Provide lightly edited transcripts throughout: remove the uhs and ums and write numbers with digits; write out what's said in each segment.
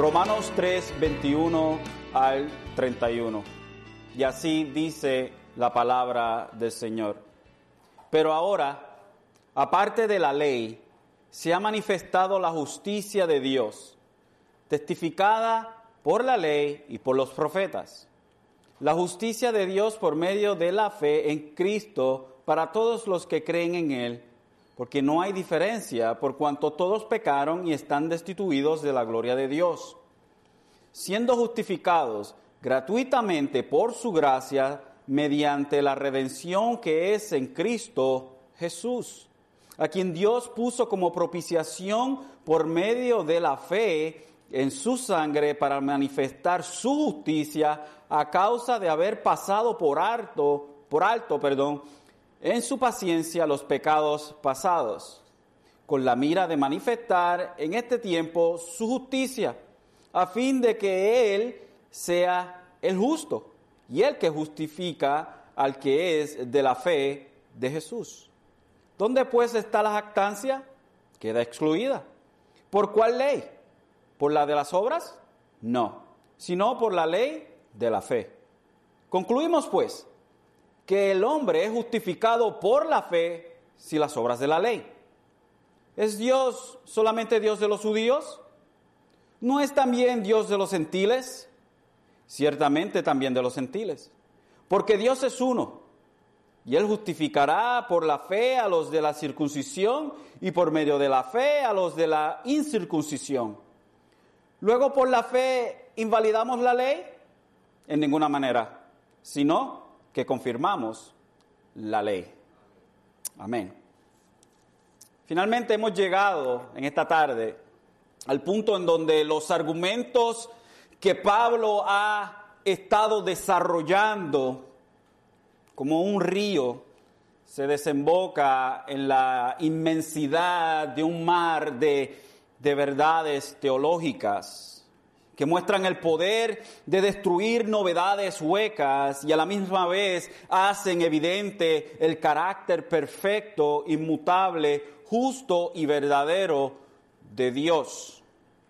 Romanos 3, 21 al 31. Y así dice la palabra del Señor. Pero ahora, aparte de la ley, se ha manifestado la justicia de Dios, testificada por la ley y por los profetas. La justicia de Dios por medio de la fe en Cristo para todos los que creen en Él, porque no hay diferencia, por cuanto todos pecaron y están destituidos de la gloria de Dios, siendo justificados gratuitamente por su gracia mediante la redención que es en Cristo Jesús, a quien Dios puso como propiciación por medio de la fe en su sangre para manifestar su justicia a causa de haber pasado por alto, en su paciencia los pecados pasados, con la mira de manifestar en este tiempo su justicia, a fin de que Él sea el justo y el que justifica al que es de la fe de Jesús. ¿Dónde pues está la jactancia? Queda excluida. ¿Por cuál ley? ¿Por la de las obras? No, sino por la ley de la fe. Concluimos pues que el hombre es justificado por la fe sin las obras de la ley. ¿Es Dios solamente Dios de los judíos? ¿No es también Dios de los gentiles? Ciertamente también de los gentiles. Porque Dios es uno, y Él justificará por la fe a los de la circuncisión y por medio de la fe a los de la incircuncisión. Luego, por la fe, ¿invalidamos la ley? En ninguna manera, sino que confirmamos la ley. Amén. Finalmente hemos llegado en esta tarde al punto en donde los argumentos que Pablo ha estado desarrollando como un río se desemboca en la inmensidad de un mar de verdades teológicas que muestran el poder de destruir novedades huecas y a la misma vez hacen evidente el carácter perfecto, inmutable, justo y verdadero de Dios.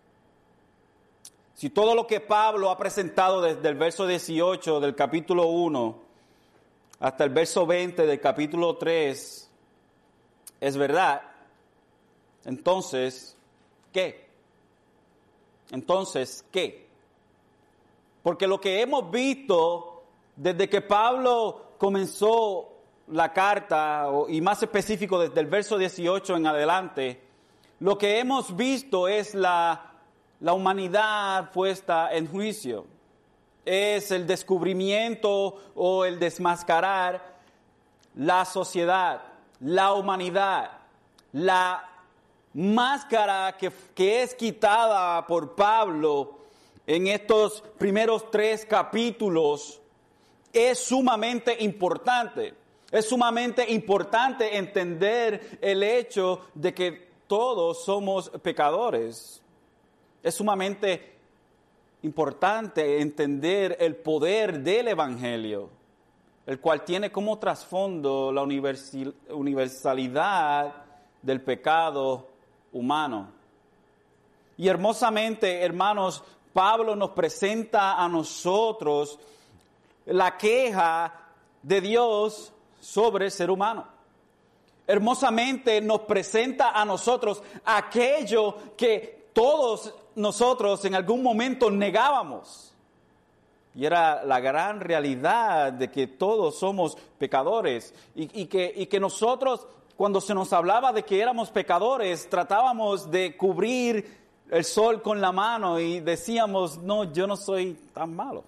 Si todo lo que Pablo ha presentado desde el verso 18 del capítulo 1 hasta el verso 20 del capítulo 3 es verdad, entonces, ¿qué? Entonces, ¿qué? Porque lo que hemos visto desde que Pablo comenzó la carta, y más específico desde el verso 18 en adelante, lo que hemos visto es la humanidad puesta en juicio. Es el descubrimiento o el desmascarar la sociedad, la humanidad, la máscara que es quitada por Pablo en estos primeros 3 capítulos es sumamente importante. Es sumamente importante entender el hecho de que todos somos pecadores. Es sumamente importante entender el poder del Evangelio, el cual tiene como trasfondo la universalidad del pecado humano. Y hermosamente, hermanos, Pablo nos presenta a nosotros la queja de Dios sobre el ser humano. Hermosamente nos presenta a nosotros aquello que todos nosotros en algún momento negábamos. Y era la gran realidad de que todos somos pecadores y que nosotros, cuando se nos hablaba de que éramos pecadores, tratábamos de cubrir el sol con la mano y decíamos, no, yo no soy tan malo.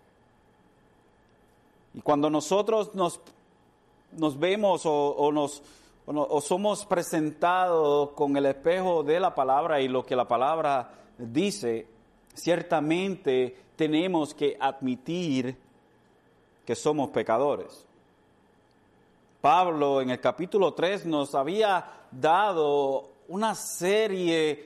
Y cuando nosotros nos vemos o somos presentados con el espejo de la palabra y lo que la palabra dice, ciertamente tenemos que admitir que somos pecadores. Pablo en el capítulo 3 nos había dado una serie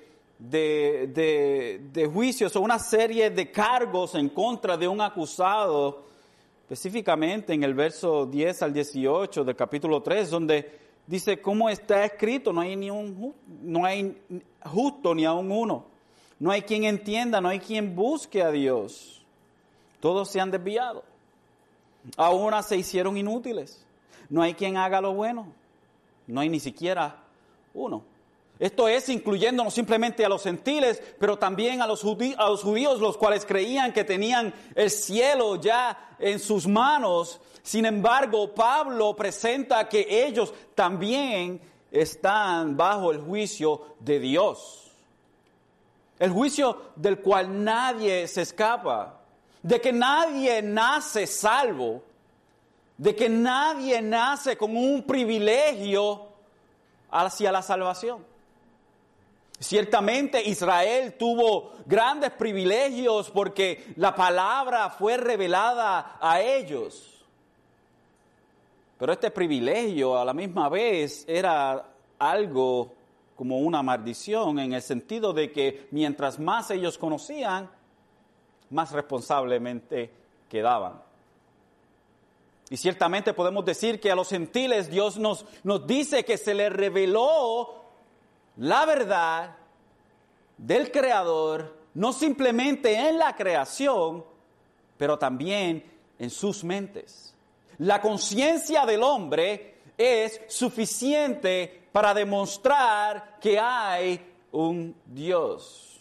de juicios o una serie de cargos en contra de un acusado, específicamente en el verso 10 al 18 del capítulo 3, donde dice, como está escrito, no hay justo ni aun uno. No hay quien entienda, no hay quien busque a Dios. Todos se han desviado. A unas se hicieron inútiles. No hay quien haga lo bueno. No hay ni siquiera uno. Esto es incluyendo no simplemente a los gentiles, pero también a los judíos, los cuales creían que tenían el cielo ya en sus manos. Sin embargo, Pablo presenta que ellos también están bajo el juicio de Dios. El juicio del cual nadie se escapa, de que nadie nace salvo, de que nadie nace con un privilegio hacia la salvación. Ciertamente Israel tuvo grandes privilegios porque la palabra fue revelada a ellos. Pero este privilegio a la misma vez era algo como una maldición en el sentido de que mientras más ellos conocían, más responsablemente quedaban. Y ciertamente podemos decir que a los gentiles Dios nos dice que se les reveló la verdad del Creador, no simplemente en la creación, pero también en sus mentes. La conciencia del hombre es suficiente para demostrar que hay un Dios.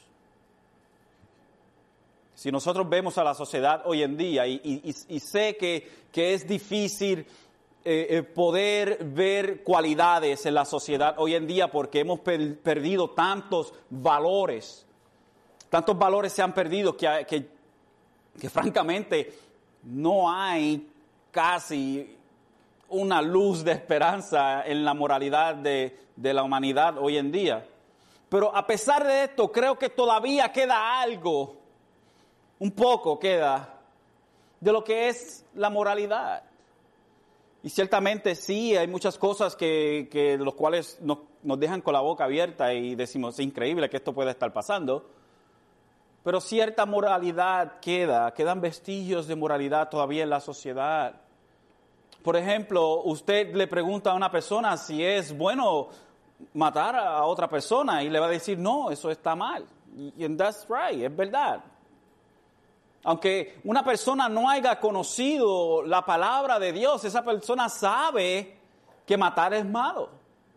Si nosotros vemos a la sociedad hoy en día, y sé que es difícil poder ver cualidades en la sociedad hoy en día porque hemos perdido tantos valores se han perdido que francamente no hay casi una luz de esperanza en la moralidad de la humanidad hoy en día. Pero a pesar de esto, creo que todavía queda algo, un poco queda, de lo que es la moralidad. Y ciertamente sí, hay muchas cosas que los cuales nos dejan con la boca abierta y decimos, es increíble que esto pueda estar pasando. Pero cierta moralidad quedan vestigios de moralidad todavía en la sociedad. Por ejemplo, usted le pregunta a una persona si es bueno matar a otra persona y le va a decir, no, eso está mal. And that's right, es verdad. Aunque una persona no haya conocido la palabra de Dios, esa persona sabe que matar es malo.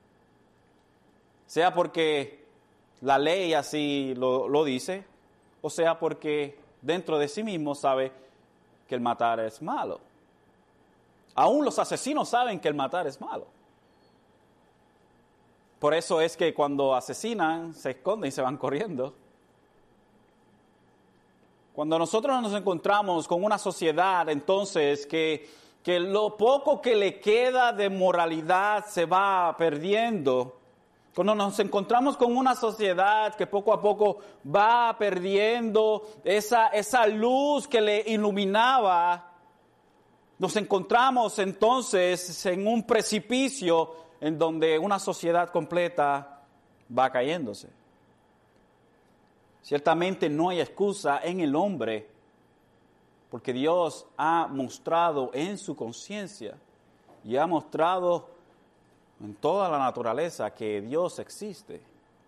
Sea porque la ley así lo dice, o sea porque dentro de sí mismo sabe que el matar es malo. Aún los asesinos saben que el matar es malo. Por eso es que cuando asesinan se esconden y se van corriendo. Cuando nosotros nos encontramos con una sociedad, entonces, que lo poco que le queda de moralidad se va perdiendo, cuando nos encontramos con una sociedad que poco a poco va perdiendo esa luz que le iluminaba, nos encontramos entonces en un precipicio en donde una sociedad completa va cayéndose. Ciertamente no hay excusa en el hombre, porque Dios ha mostrado en su conciencia y ha mostrado en toda la naturaleza que Dios existe.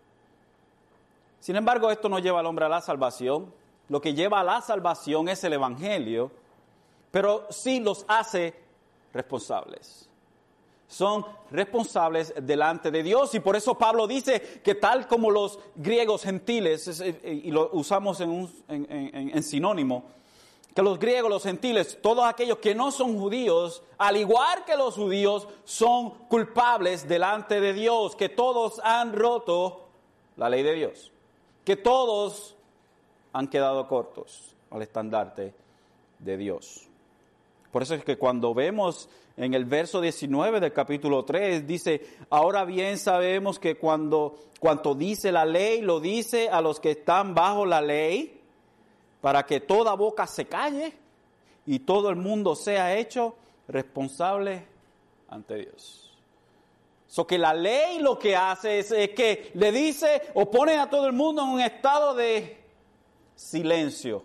Sin embargo, esto no lleva al hombre a la salvación. Lo que lleva a la salvación es el Evangelio, pero sí los hace responsables. Son responsables delante de Dios, y por eso Pablo dice que tal como los griegos gentiles, y lo usamos en sinónimo, que los griegos, los gentiles, todos aquellos que no son judíos, al igual que los judíos, son culpables delante de Dios, que todos han roto la ley de Dios, que todos han quedado cortos al estandarte de Dios. Por eso es que cuando vemos en el verso 19 del capítulo 3, dice, ahora bien sabemos que cuanto dice la ley, lo dice a los que están bajo la ley, para que toda boca se calle y todo el mundo sea hecho responsable ante Dios. So que la ley lo que hace es que le dice o pone a todo el mundo en un estado de silencio.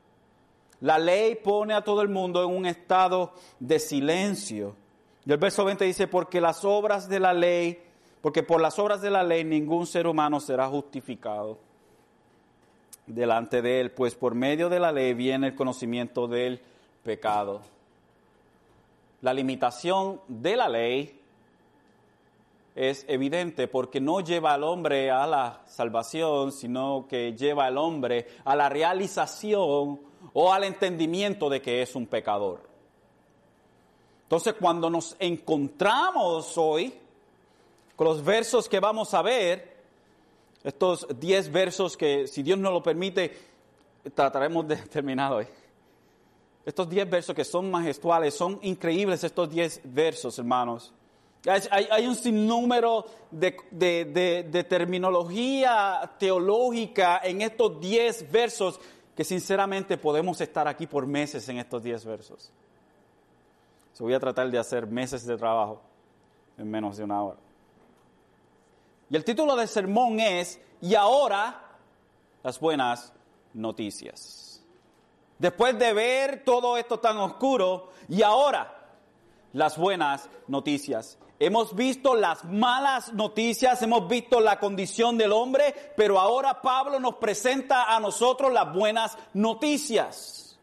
La ley pone a todo el mundo en un estado de silencio. Y el verso 20 dice, porque por las obras de la ley ningún ser humano será justificado. delante de Él, pues por medio de la ley viene el conocimiento del pecado. La limitación de la ley es evidente porque no lleva al hombre a la salvación, sino que lleva al hombre a la realización o al entendimiento de que es un pecador. Entonces, cuando nos encontramos hoy con los versos que vamos a ver, estos 10 versos que, si Dios nos lo permite, trataremos de terminar hoy. Estos 10 versos que son majestuales, son increíbles estos 10 versos, hermanos. Hay un sinnúmero de terminología teológica en estos 10 versos que sinceramente podemos estar aquí por meses en estos 10 versos. Voy a tratar de hacer meses de trabajo en menos de una hora. Y el título del sermón es, y ahora, las buenas noticias. Después de ver todo esto tan oscuro, y ahora, las buenas noticias. Hemos visto las malas noticias, hemos visto la condición del hombre, pero ahora Pablo nos presenta a nosotros las buenas noticias.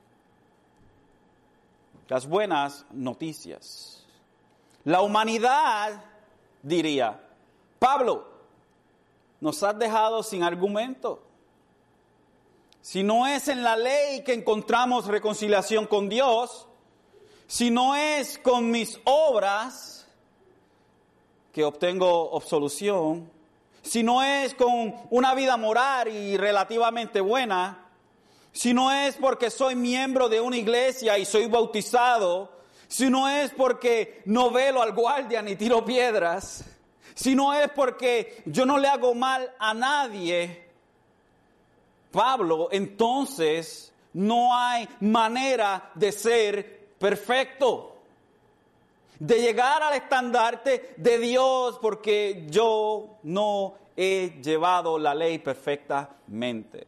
Las buenas noticias. La humanidad diría, Pablo, nos has dejado sin argumento. Si no es en la ley que encontramos reconciliación con Dios, si no es con mis obras que obtengo absolución, si no es con una vida moral y relativamente buena, si no es porque soy miembro de una iglesia y soy bautizado, si no es porque no velo al guardia ni tiro piedras, si no es porque yo no le hago mal a nadie, Pablo, entonces no hay manera de ser perfecto, de llegar al estandarte de Dios, porque yo no he llevado la ley perfectamente.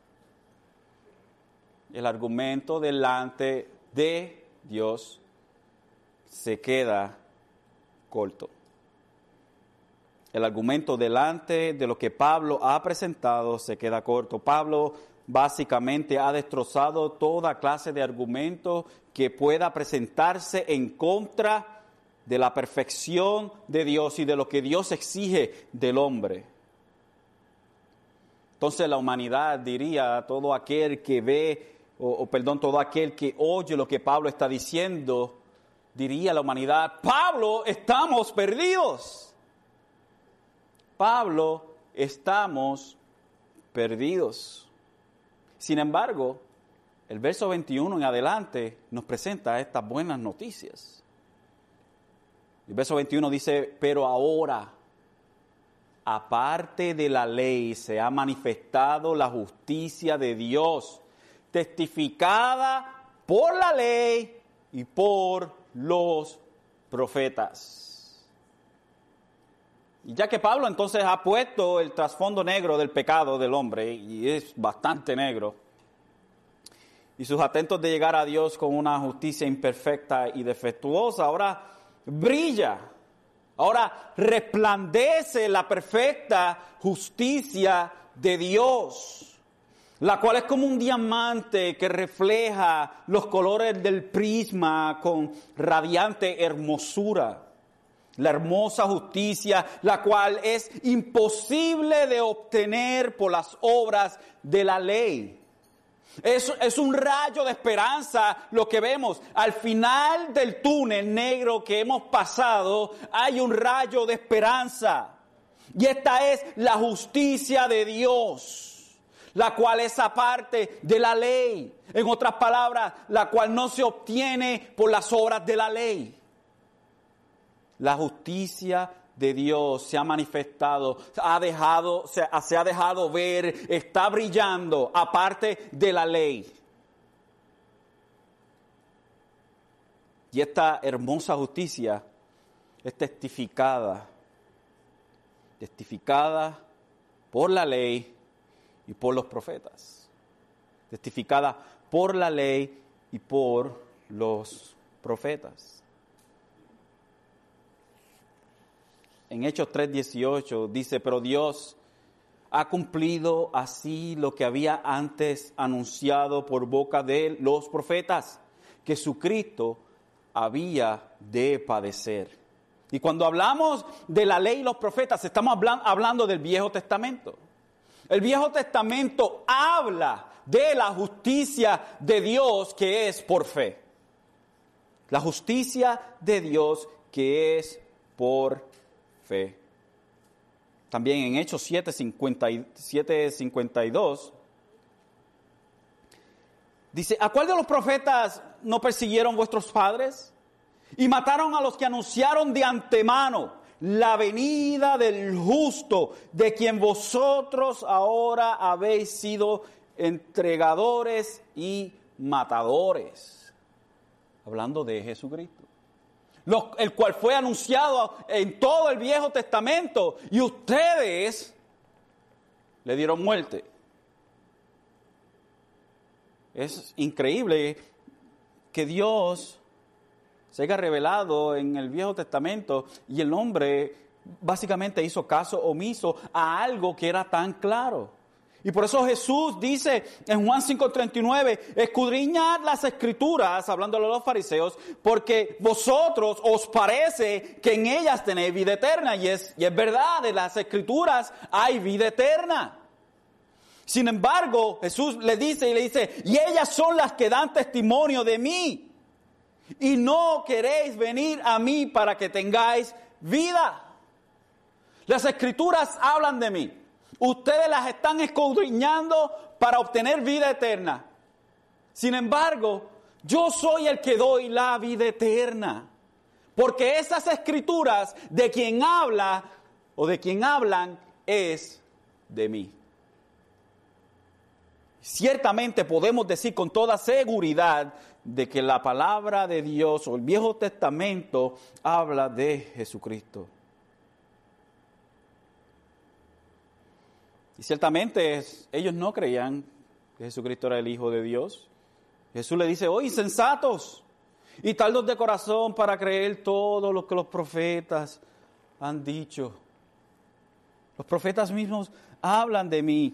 El argumento delante de Dios se queda corto. El argumento delante de lo que Pablo ha presentado se queda corto. Pablo básicamente ha destrozado toda clase de argumento que pueda presentarse en contra de la perfección de Dios y de lo que Dios exige del hombre. Entonces la humanidad diría, todo aquel que ve, todo aquel que oye lo que Pablo está diciendo, diría la humanidad, Pablo, estamos perdidos. Pablo, estamos perdidos. Sin embargo, el verso 21 en adelante nos presenta estas buenas noticias. El verso 21 dice, pero ahora, aparte de la ley, se ha manifestado la justicia de Dios, testificada por la ley y por los profetas. Y ya que Pablo entonces ha puesto el trasfondo negro del pecado del hombre, y es bastante negro, y sus atentos de llegar a Dios con una justicia imperfecta y defectuosa, ahora brilla, ahora resplandece la perfecta justicia de Dios, la cual es como un diamante que refleja los colores del prisma con radiante hermosura. La hermosa justicia, la cual es imposible de obtener por las obras de la ley. Es un rayo de esperanza lo que vemos. Al final del túnel negro que hemos pasado, hay un rayo de esperanza. Y esta es la justicia de Dios, la cual es aparte de la ley. En otras palabras, la cual no se obtiene por las obras de la ley. La justicia de Dios se ha manifestado, se ha dejado ver, está brillando aparte de la ley. Y esta hermosa justicia es testificada por la ley y por los profetas. Testificada por la ley y por los profetas. En Hechos 3:18 dice, pero Dios, ha cumplido así lo que había antes anunciado por boca de los profetas, que su Cristo había de padecer. Y cuando hablamos de la ley y los profetas, estamos hablando del Viejo Testamento. El Viejo Testamento habla de la justicia de Dios que es por fe. La justicia de Dios que es por fe. También en Hechos 7:52 dice: ¿a cuál de los profetas no persiguieron vuestros padres? Y mataron a los que anunciaron de antemano la venida del justo, de quien vosotros ahora habéis sido entregadores y matadores. Hablando de Jesucristo, el cual fue anunciado en todo el Viejo Testamento, y ustedes le dieron muerte. Es increíble que Dios se haya revelado en el Viejo Testamento y el hombre básicamente hizo caso omiso a algo que era tan claro. Y por eso Jesús dice en Juan 5:39, escudriñad las Escrituras, hablándole a los fariseos, porque vosotros os parece que en ellas tenéis vida eterna. Y es verdad, en las Escrituras hay vida eterna. Sin embargo, Jesús le dice, y ellas son las que dan testimonio de mí. Y no queréis venir a mí para que tengáis vida. Las Escrituras hablan de mí. Ustedes las están escudriñando para obtener vida eterna. Sin embargo, yo soy el que doy la vida eterna. Porque esas Escrituras de quien habla o de quien hablan es de mí. Ciertamente podemos decir con toda seguridad de que la palabra de Dios o el Viejo Testamento habla de Jesucristo. Y ciertamente ellos no creían que Jesucristo era el Hijo de Dios. Jesús le dice: ¡oh, insensatos! Y tardos de corazón para creer todo lo que los profetas han dicho. Los profetas mismos hablan de mí.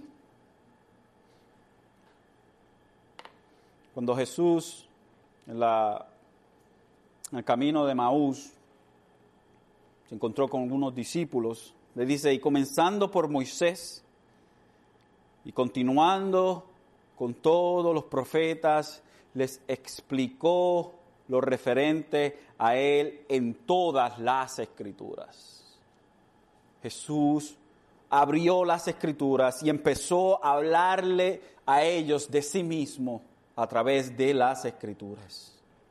Cuando Jesús, en el camino de Maús, se encontró con algunos discípulos, le dice: y comenzando por Moisés, y continuando con todos los profetas, les explicó lo referente a él en todas las Escrituras. Jesús abrió las Escrituras y empezó a hablarle a ellos de sí mismo a través de las Escrituras.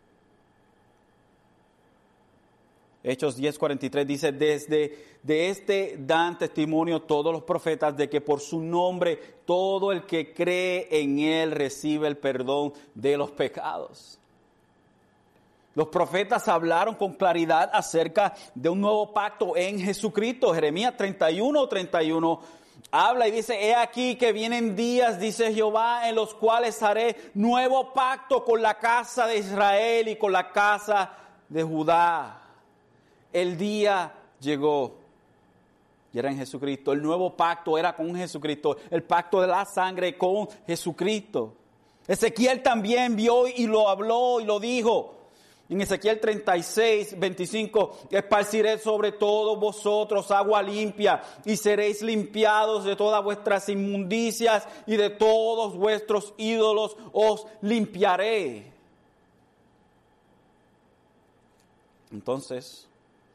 Hechos 10:43 dice: de este dan testimonio todos los profetas de que por su nombre todo el que cree en él recibe el perdón de los pecados. Los profetas hablaron con claridad acerca de un nuevo pacto en Jesucristo. Jeremías 31:31 habla y dice: he aquí que vienen días, dice Jehová, en los cuales haré nuevo pacto con la casa de Israel y con la casa de Judá. El día llegó y era en Jesucristo. El nuevo pacto era con Jesucristo. El pacto de la sangre con Jesucristo. Ezequiel también vio y lo habló y lo dijo. En Ezequiel 36:25, esparciré sobre todos vosotros agua limpia y seréis limpiados de todas vuestras inmundicias y de todos vuestros ídolos os limpiaré. Entonces,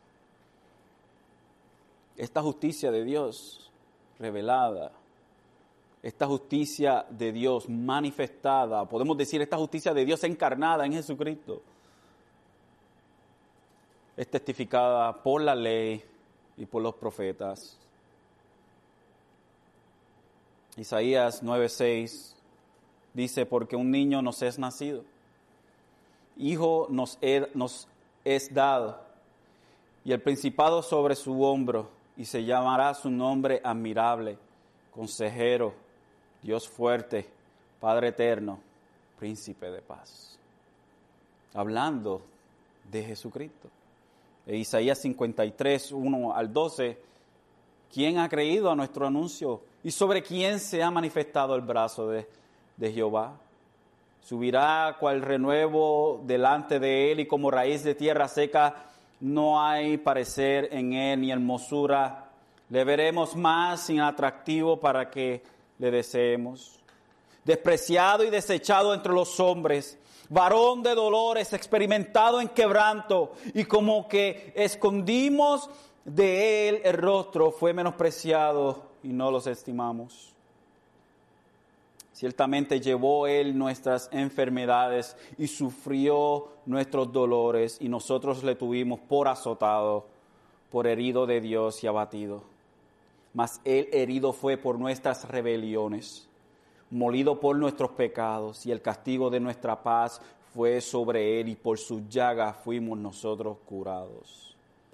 esta justicia de Dios revelada, esta justicia de Dios manifestada, podemos decir esta justicia de Dios encarnada en Jesucristo, es testificada por la ley y por los profetas. Isaías 9:6 dice: porque un niño nos es nacido, hijo nos es dado, y el principado sobre su hombro, y se llamará su nombre admirable, consejero, Dios fuerte, Padre eterno, príncipe de paz. Hablando de Jesucristo. Isaías 53:1-12 ¿Quién ha creído a nuestro anuncio? ¿Y sobre quién se ha manifestado el brazo de Jehová? Subirá cual renuevo delante de él, y como raíz de tierra seca no hay parecer en él ni hermosura. Le veremos más sin atractivo para que le deseemos. Despreciado y desechado entre los hombres, varón de dolores, experimentado en quebranto, y como que escondimos de él el rostro, fue menospreciado y no los estimamos. Ciertamente llevó él nuestras enfermedades y sufrió nuestros dolores, y nosotros le tuvimos por azotado, por herido de Dios y abatido. Mas él herido fue por nuestras rebeliones, molido por nuestros pecados, y el castigo de nuestra paz fue sobre él, y por sus llagas fuimos nosotros curados.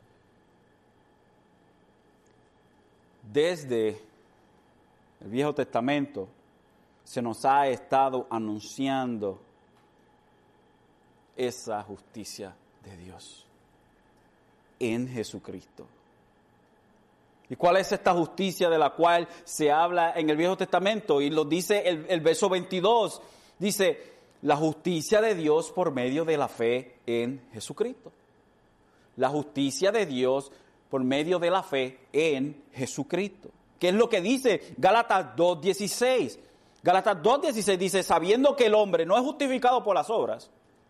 Desde el Viejo Testamento se nos ha estado anunciando esa justicia de Dios en Jesucristo. ¿Y cuál es esta justicia de la cual se habla en el Viejo Testamento? Y lo dice el verso 22. Dice, la justicia de Dios por medio de la fe en Jesucristo. La justicia de Dios por medio de la fe en Jesucristo. ¿Qué es lo que dice Gálatas 2:16? Gálatas 2:16 dice, sabiendo que el hombre no es justificado por las obras,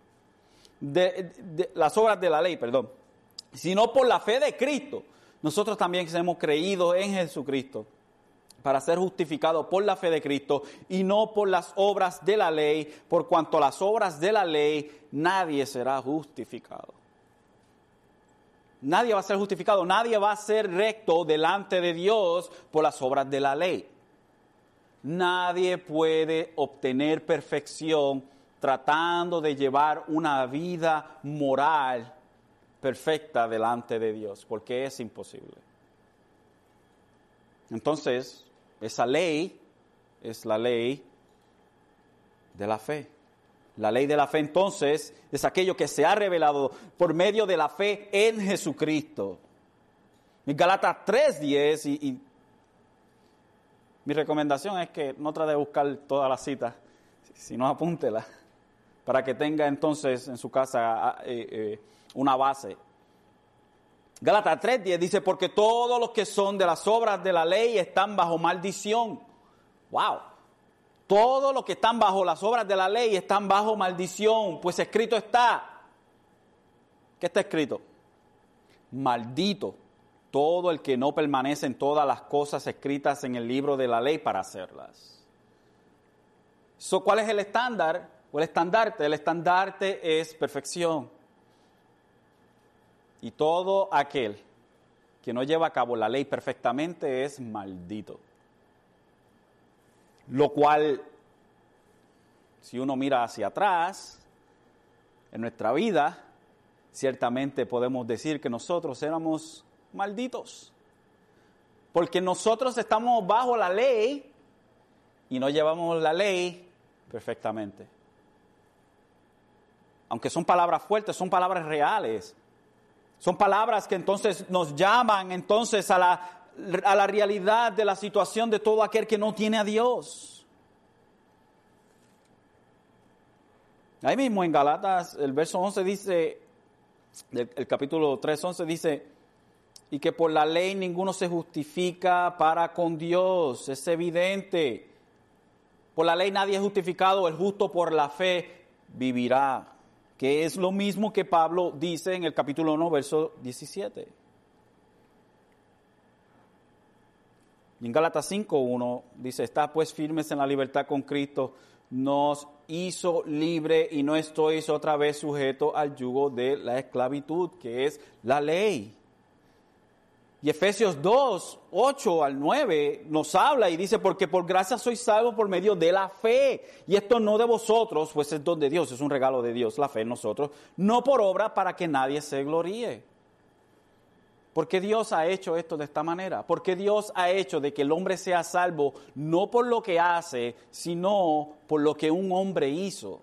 las obras de la ley, sino por la fe de Cristo. Nosotros también hemos creído en Jesucristo para ser justificados por la fe de Cristo y no por las obras de la ley, por cuanto las obras de la ley nadie será justificado. Nadie va a ser justificado, nadie va a ser recto delante de Dios por las obras de la ley. Nadie puede obtener perfección tratando de llevar una vida moral perfecta delante de Dios, porque es imposible. Entonces, esa ley es la ley de la fe. La ley de la fe, entonces, es aquello que se ha revelado por medio de la fe en Jesucristo. En Gálatas 3:10, y mi recomendación es que no trate de buscar todas las citas, sino apúntela, para que tenga entonces en su casa una base. Gálatas 3:10 dice, porque todos los que son de las obras de la ley están bajo maldición. ¡Wow! Todos los que están bajo las obras de la ley están bajo maldición, pues escrito está. ¿Qué está escrito? Maldito todo el que no permanece en todas las cosas escritas en el libro de la ley para hacerlas. ¿Cuál es el estándar o el estandarte? El estandarte es perfección. Y todo aquel que no lleva a cabo la ley perfectamente es maldito. Lo cual, si uno mira hacia atrás, en nuestra vida, ciertamente podemos decir que nosotros éramos malditos. Porque nosotros estamos bajo la ley y no llevamos la ley perfectamente. Aunque son palabras fuertes, son palabras reales. Son palabras que entonces nos llaman entonces a la realidad de la situación de todo aquel que no tiene a Dios. Ahí mismo en Galatas, el verso 11 dice, el capítulo 3:11 dice, y que por la ley ninguno se justifica para con Dios. Es evidente. Por la ley nadie es justificado, el justo por la fe vivirá. Que es lo mismo que Pablo dice en el capítulo 1, verso 17. Y en Gálatas 5:1 dice, está pues firmes en la libertad con Cristo, nos hizo libre y no estéis otra vez sujeto al yugo de la esclavitud, que es la ley. Y Efesios 2:8-9 nos habla y dice, porque por gracia sois salvos por medio de la fe. Y esto no de vosotros, pues es don de Dios, es un regalo de Dios, la fe en nosotros, no por obra para que nadie se gloríe. Porque Dios ha hecho esto de esta manera. Porque Dios ha hecho de que el hombre sea salvo, no por lo que hace, sino por lo que un hombre hizo.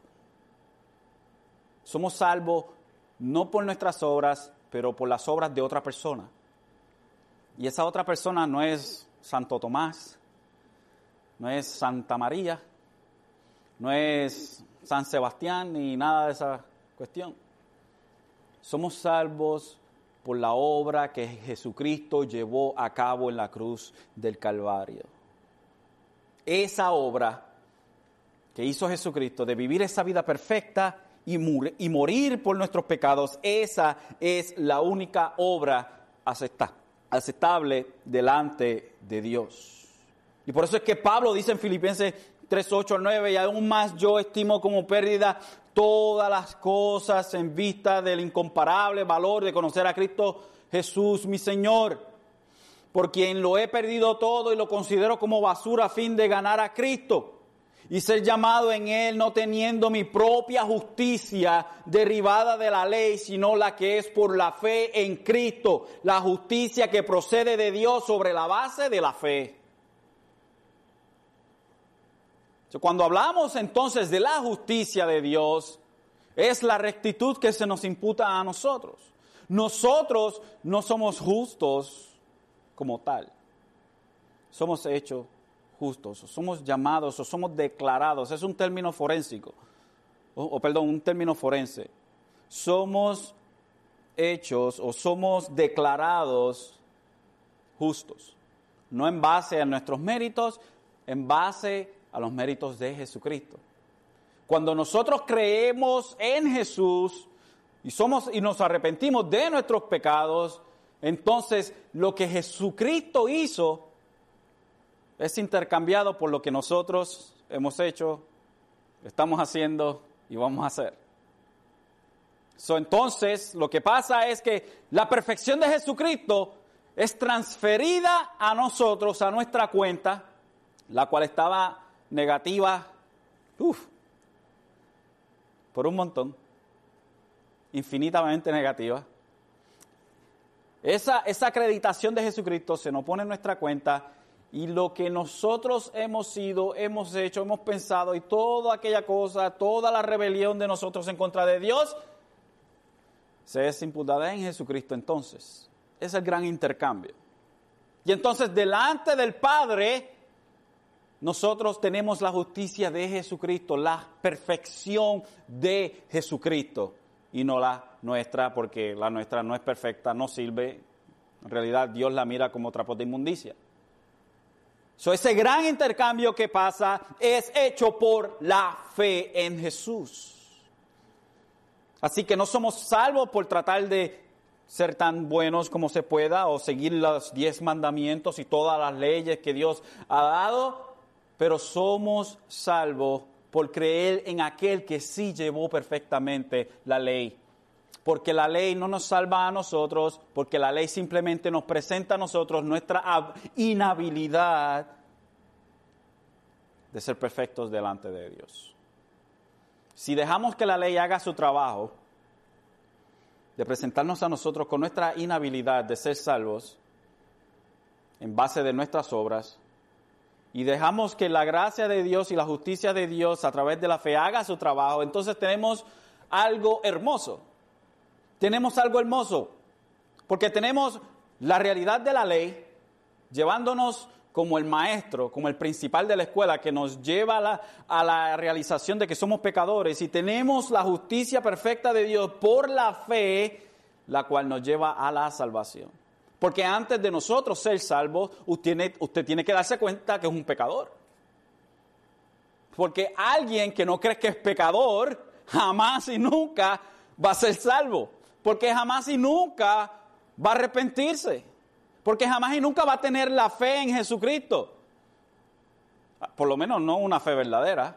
Somos salvos no por nuestras obras, pero por las obras de otra persona. Y esa otra persona no es Santo Tomás, no es Santa María, no es San Sebastián ni nada de esa cuestión. Somos salvos por la obra que Jesucristo llevó a cabo en la cruz del Calvario. Esa obra que hizo Jesucristo de vivir esa vida perfecta y morir por nuestros pecados, esa es la única obra aceptable delante de Dios. Y por eso es que Pablo dice en Filipenses 3:8-9, y aún más yo estimo como pérdida todas las cosas en vista del incomparable valor de conocer a Cristo Jesús, mi Señor, por quien lo he perdido todo y lo considero como basura a fin de ganar a Cristo y ser llamado en Él, no teniendo mi propia justicia derivada de la ley, sino la que es por la fe en Cristo, la justicia que procede de Dios sobre la base de la fe. Cuando hablamos entonces de la justicia de Dios, es la rectitud que se nos imputa a nosotros. Nosotros no somos justos como tal. Somos hechos justos, somos llamados o somos declarados. Es un término forénsico, un término forense. Somos hechos o somos declarados justos. No en base a nuestros méritos, en base a los méritos de Jesucristo. Cuando nosotros creemos en Jesús y nos arrepentimos de nuestros pecados, entonces lo que Jesucristo hizo es intercambiado por lo que nosotros hemos hecho, estamos haciendo y vamos a hacer. Entonces, lo que pasa es que la perfección de Jesucristo es transferida a nosotros, a nuestra cuenta, la cual estaba negativa, por un montón, infinitamente negativa. Esa acreditación de Jesucristo se nos pone en nuestra cuenta y lo que nosotros hemos sido, hemos hecho, hemos pensado y toda aquella cosa, toda la rebelión de nosotros en contra de Dios, se es imputada en Jesucristo entonces. Es el gran intercambio. Y entonces delante del Padre, nosotros tenemos la justicia de Jesucristo, la perfección de Jesucristo y no la nuestra, porque la nuestra no es perfecta, no sirve. En realidad Dios la mira como trapos de inmundicia. Ese gran intercambio que pasa es hecho por la fe en Jesús. Así que no somos salvos por tratar de ser tan buenos como se pueda o seguir los 10 mandamientos y todas las leyes que Dios ha dado, pero somos salvos por creer en aquel que sí llevó perfectamente la ley. Porque la ley no nos salva a nosotros, porque la ley simplemente nos presenta a nosotros nuestra inhabilidad de ser perfectos delante de Dios. Si dejamos que la ley haga su trabajo, de presentarnos a nosotros con nuestra inhabilidad de ser salvos, en base de nuestras obras, y dejamos que la gracia de Dios y la justicia de Dios a través de la fe haga su trabajo, entonces tenemos algo hermoso. Tenemos algo hermoso, porque tenemos la realidad de la ley llevándonos como el maestro, como el principal de la escuela que nos lleva a la realización de que somos pecadores, y tenemos la justicia perfecta de Dios por la fe, la cual nos lleva a la salvación. Porque antes de nosotros ser salvos, usted tiene que darse cuenta que es un pecador. Porque alguien que no cree que es pecador, jamás y nunca va a ser salvo. Porque jamás y nunca va a arrepentirse. Porque jamás y nunca va a tener la fe en Jesucristo. Por lo menos no una fe verdadera.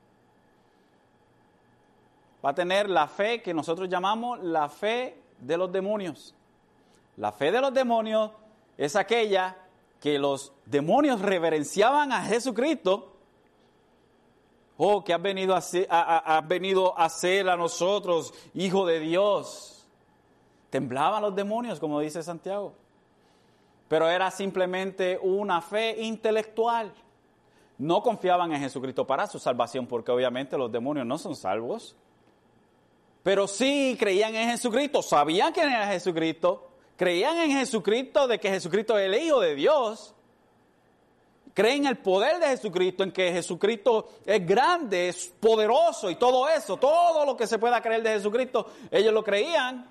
Va a tener la fe que nosotros llamamos la fe de los demonios. La fe de los demonios es aquella que los demonios reverenciaban a Jesucristo. Oh, que has venido a ser a nosotros, Hijo de Dios. Temblaban los demonios, como dice Santiago. Pero era simplemente una fe intelectual. No confiaban en Jesucristo para su salvación, porque obviamente los demonios no son salvos. Pero sí creían en Jesucristo, sabían quién era Jesucristo, Creían en Jesucristo, de que Jesucristo es el Hijo de Dios. Creen en el poder de Jesucristo, en que Jesucristo es grande, es poderoso y todo eso, todo lo que se pueda creer de Jesucristo, ellos lo creían.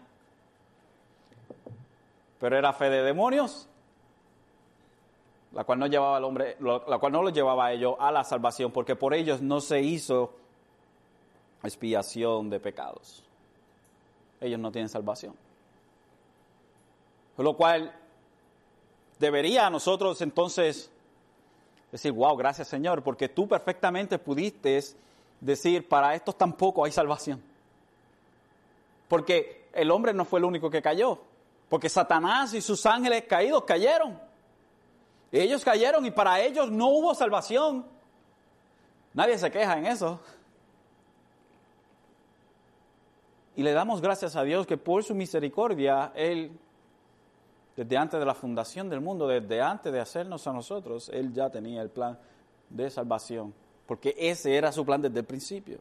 Pero era fe de demonios, la cual no llevaba al hombre, la cual no lo llevaba a ellos a la salvación, porque por ellos no se hizo expiación de pecados. Ellos no tienen salvación. Por lo cual debería a nosotros entonces decir, wow, gracias Señor, porque tú perfectamente pudiste decir, para estos tampoco hay salvación. Porque el hombre no fue el único que cayó, porque Satanás y sus ángeles caídos cayeron. Ellos cayeron y para ellos no hubo salvación. Nadie se queja en eso. Y le damos gracias a Dios que por su misericordia, Él, desde antes de la fundación del mundo, desde antes de hacernos a nosotros, Él ya tenía el plan de salvación. Porque ese era su plan desde el principio.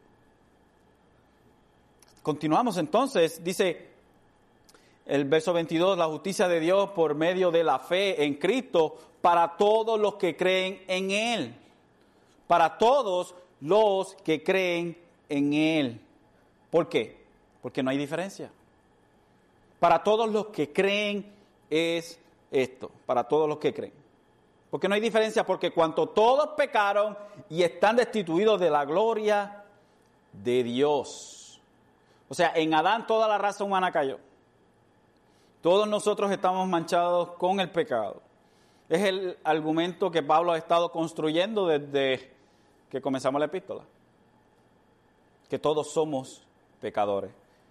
Continuamos entonces, dice el verso 22, la justicia de Dios por medio de la fe en Cristo para todos los que creen en Él. Para todos los que creen en Él. ¿Por qué? Porque no hay diferencia. Para todos los que creen es esto, para todos los que creen. Porque no hay diferencia, porque cuanto todos pecaron y están destituidos de la gloria de Dios. O sea, en Adán toda la raza humana cayó. Todos nosotros estamos manchados con el pecado. Es el argumento que Pablo ha estado construyendo desde que comenzamos la epístola. Que todos somos pecadores.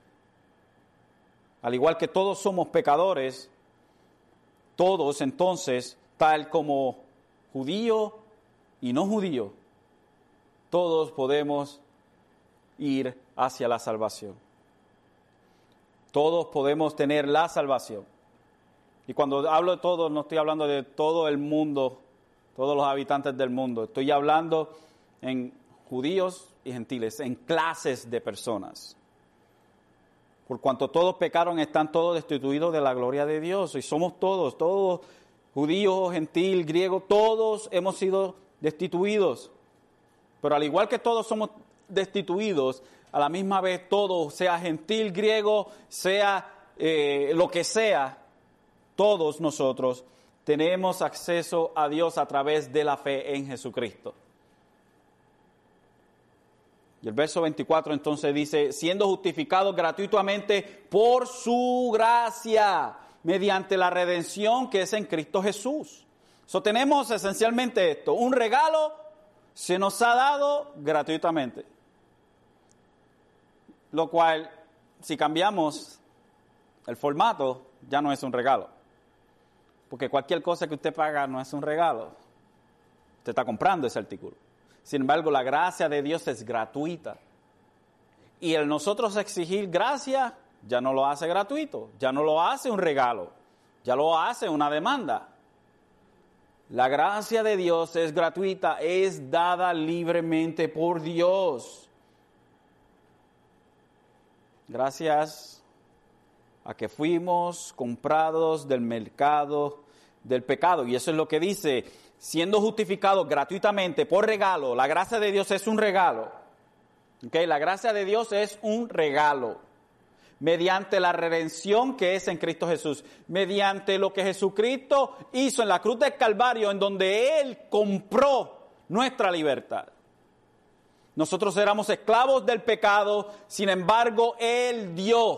Al igual que todos somos pecadores, todos entonces, tal como judío y no judío, todos podemos ir hacia la salvación. Todos podemos tener la salvación. Y cuando hablo de todos, no estoy hablando de todo el mundo, todos los habitantes del mundo. Estoy hablando en judíos y gentiles, en clases de personas. Por cuanto todos pecaron, están todos destituidos de la gloria de Dios. Y somos todos judíos, gentil, griego, todos hemos sido destituidos. Pero al igual que todos somos destituidos, a la misma vez todos, sea gentil, griego, sea lo que sea, todos nosotros tenemos acceso a Dios a través de la fe en Jesucristo. Y el verso 24 entonces dice, siendo justificados gratuitamente por su gracia, mediante la redención que es en Cristo Jesús. Tenemos esencialmente esto, un regalo se nos ha dado gratuitamente. Lo cual, si cambiamos el formato, ya no es un regalo. Porque cualquier cosa que usted paga no es un regalo. Usted está comprando ese artículo. Sin embargo, la gracia de Dios es gratuita. Y el nosotros exigir gracia ya no lo hace gratuito, ya no lo hace un regalo, ya lo hace una demanda. La gracia de Dios es gratuita, es dada libremente por Dios. Gracias a que fuimos comprados del mercado del pecado. Y eso es lo que dice, siendo justificados gratuitamente por regalo. La gracia de Dios es un regalo. ¿Okay? La gracia de Dios es un regalo. Mediante la redención que es en Cristo Jesús. Mediante lo que Jesucristo hizo en la cruz del Calvario, en donde Él compró nuestra libertad. Nosotros éramos esclavos del pecado, sin embargo, Él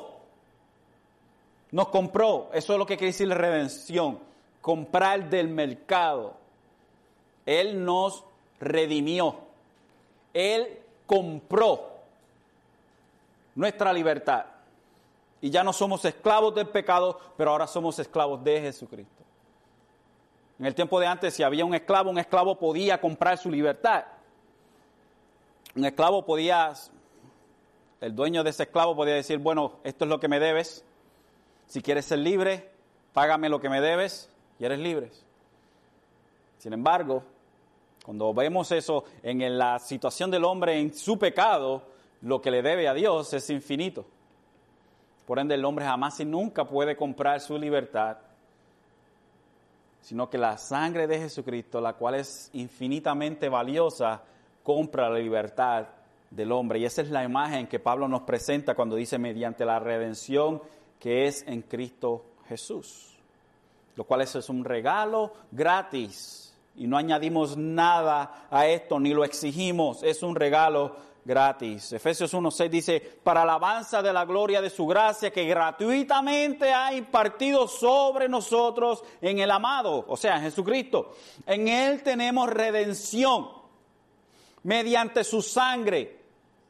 nos compró. Eso es lo que quiere decir la redención, comprar del mercado. Él nos redimió. Él compró nuestra libertad. Y ya no somos esclavos del pecado, pero ahora somos esclavos de Jesucristo. En el tiempo de antes, si había un esclavo podía comprar su libertad. Un esclavo el dueño de ese esclavo podía decir, bueno, esto es lo que me debes. Si quieres ser libre, págame lo que me debes y eres libre. Sin embargo, cuando vemos eso en la situación del hombre en su pecado, lo que le debe a Dios es infinito. Por ende, el hombre jamás y nunca puede comprar su libertad, sino que la sangre de Jesucristo, la cual es infinitamente valiosa, compra la libertad del hombre. Y esa es la imagen que Pablo nos presenta cuando dice mediante la redención que es en Cristo Jesús, lo cual es un regalo gratis y no añadimos nada a esto ni lo exigimos, es un regalo gratis. Efesios 1:6 dice, para alabanza de la gloria de su gracia que gratuitamente ha impartido sobre nosotros en el amado, o sea, en Jesucristo. En Él tenemos redención mediante su sangre,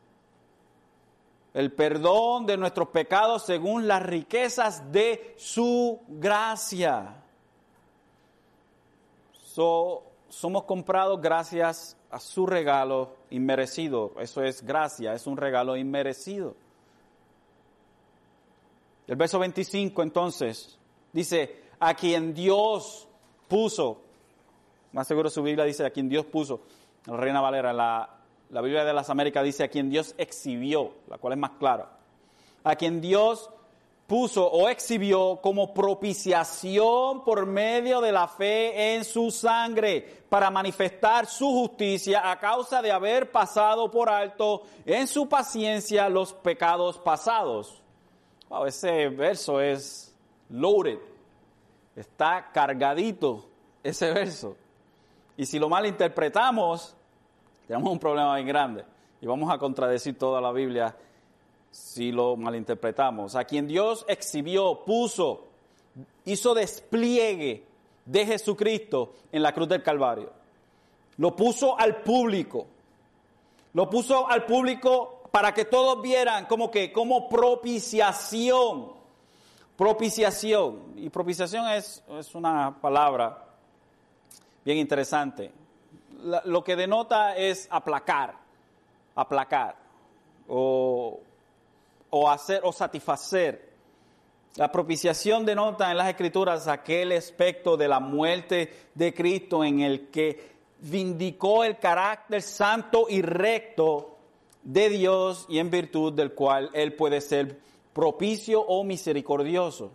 el perdón de nuestros pecados según las riquezas de su gracia. Somos comprados gracias a su regalo inmerecido. Eso es gracia, es un regalo inmerecido. El verso 25 entonces dice, a quien Dios puso, más seguro su Biblia dice a quien Dios puso, la Reina Valera, la Biblia de las Américas dice a quien Dios exhibió, la cual es más clara. A quien Dios puso o exhibió como propiciación por medio de la fe en su sangre para manifestar su justicia a causa de haber pasado por alto en su paciencia los pecados pasados. Wow, ese verso es loaded, está cargadito ese verso. Y si lo malinterpretamos, tenemos un problema bien grande y vamos a contradecir toda la Biblia si lo malinterpretamos. A quien Dios exhibió, puso, hizo despliegue de Jesucristo en la cruz del Calvario. Lo puso al público. Lo puso al público para que todos vieran como propiciación. Propiciación. Y propiciación es una palabra bien interesante. Lo que denota es aplacar o hacer o satisfacer. La propiciación denota en las Escrituras aquel aspecto de la muerte de Cristo en el que vindicó el carácter santo y recto de Dios y en virtud del cual Él puede ser propicio o misericordioso.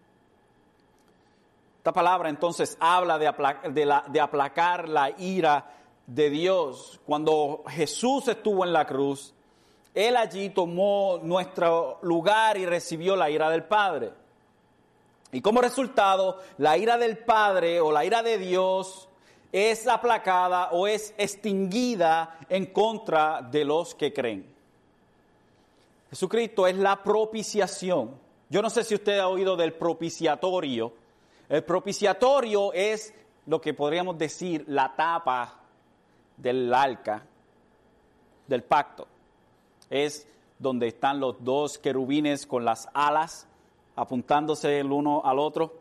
Esta palabra entonces habla de aplacar la ira de Dios. Cuando Jesús estuvo en la cruz, Él allí tomó nuestro lugar y recibió la ira del Padre. Y como resultado, la ira del Padre o la ira de Dios es aplacada o es extinguida en contra de los que creen. Jesucristo es la propiciación. Yo no sé si usted ha oído del propiciatorio. El propiciatorio es lo que podríamos decir la tapa del arca, del pacto. Es donde están los dos querubines con las alas apuntándose el uno al otro.